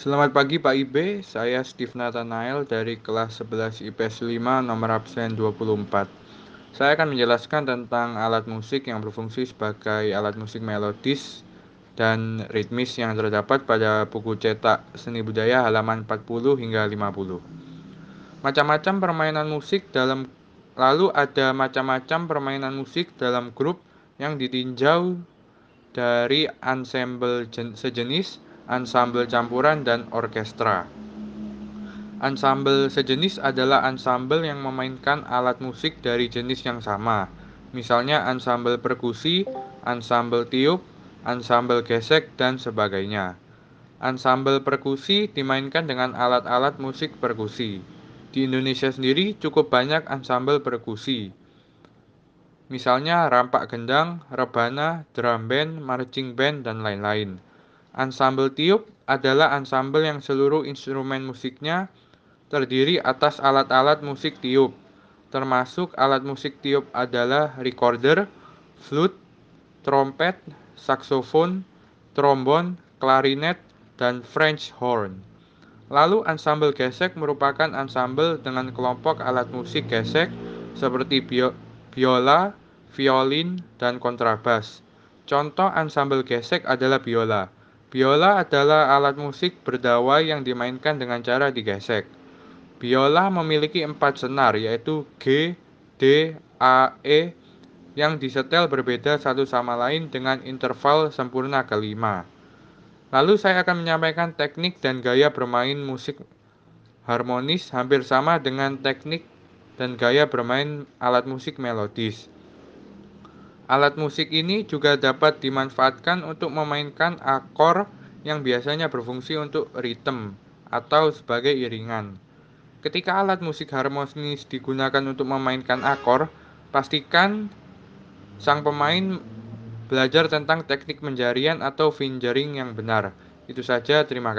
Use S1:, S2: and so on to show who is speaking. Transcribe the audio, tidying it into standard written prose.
S1: Selamat pagi Pak Ibe, saya Steve Nathanael dari kelas 11 IPS 5 nomor absen 24. Saya akan menjelaskan tentang alat musik yang berfungsi sebagai alat musik melodis dan ritmis yang terdapat pada buku cetak seni budaya halaman 40 hingga 50. Macam-macam permainan musik dalam Lalu ada macam-macam permainan musik dalam grup yang ditinjau dari ensemble sejenis, ensemble campuran, dan orkestra. Ensemble sejenis adalah ensemble yang memainkan alat musik dari jenis yang sama. Misalnya ensemble perkusi, ensemble tiup, ensemble gesek, dan sebagainya. Ensemble perkusi dimainkan dengan alat-alat musik perkusi. Di Indonesia sendiri cukup banyak ensemble perkusi. Misalnya rampak gendang, rebana, drum band, marching band, dan lain-lain. Ensemble tiup adalah ensemble yang seluruh instrumen musiknya terdiri atas alat-alat musik tiup, termasuk alat musik tiup adalah recorder, flute, trompet, saksofon, trombon, klarinet, dan French horn. Lalu ensemble gesek merupakan ensemble dengan kelompok alat musik gesek seperti biola, violin, dan kontrabas. Contoh ensemble gesek adalah biola. Biola adalah alat musik berdawai yang dimainkan dengan cara digesek. Biola memiliki 4 senar yaitu G, D, A, E yang disetel berbeda satu sama lain dengan interval sempurna kelima. Lalu saya akan menyampaikan teknik dan gaya bermain musik harmonis hampir sama dengan teknik dan gaya bermain alat musik melodis. Alat musik ini juga dapat dimanfaatkan untuk memainkan akor yang biasanya berfungsi untuk ritme atau sebagai iringan. Ketika alat musik harmonis digunakan untuk memainkan akor, pastikan sang pemain belajar tentang teknik penjarian atau fingering yang benar. Itu saja, terima kasih.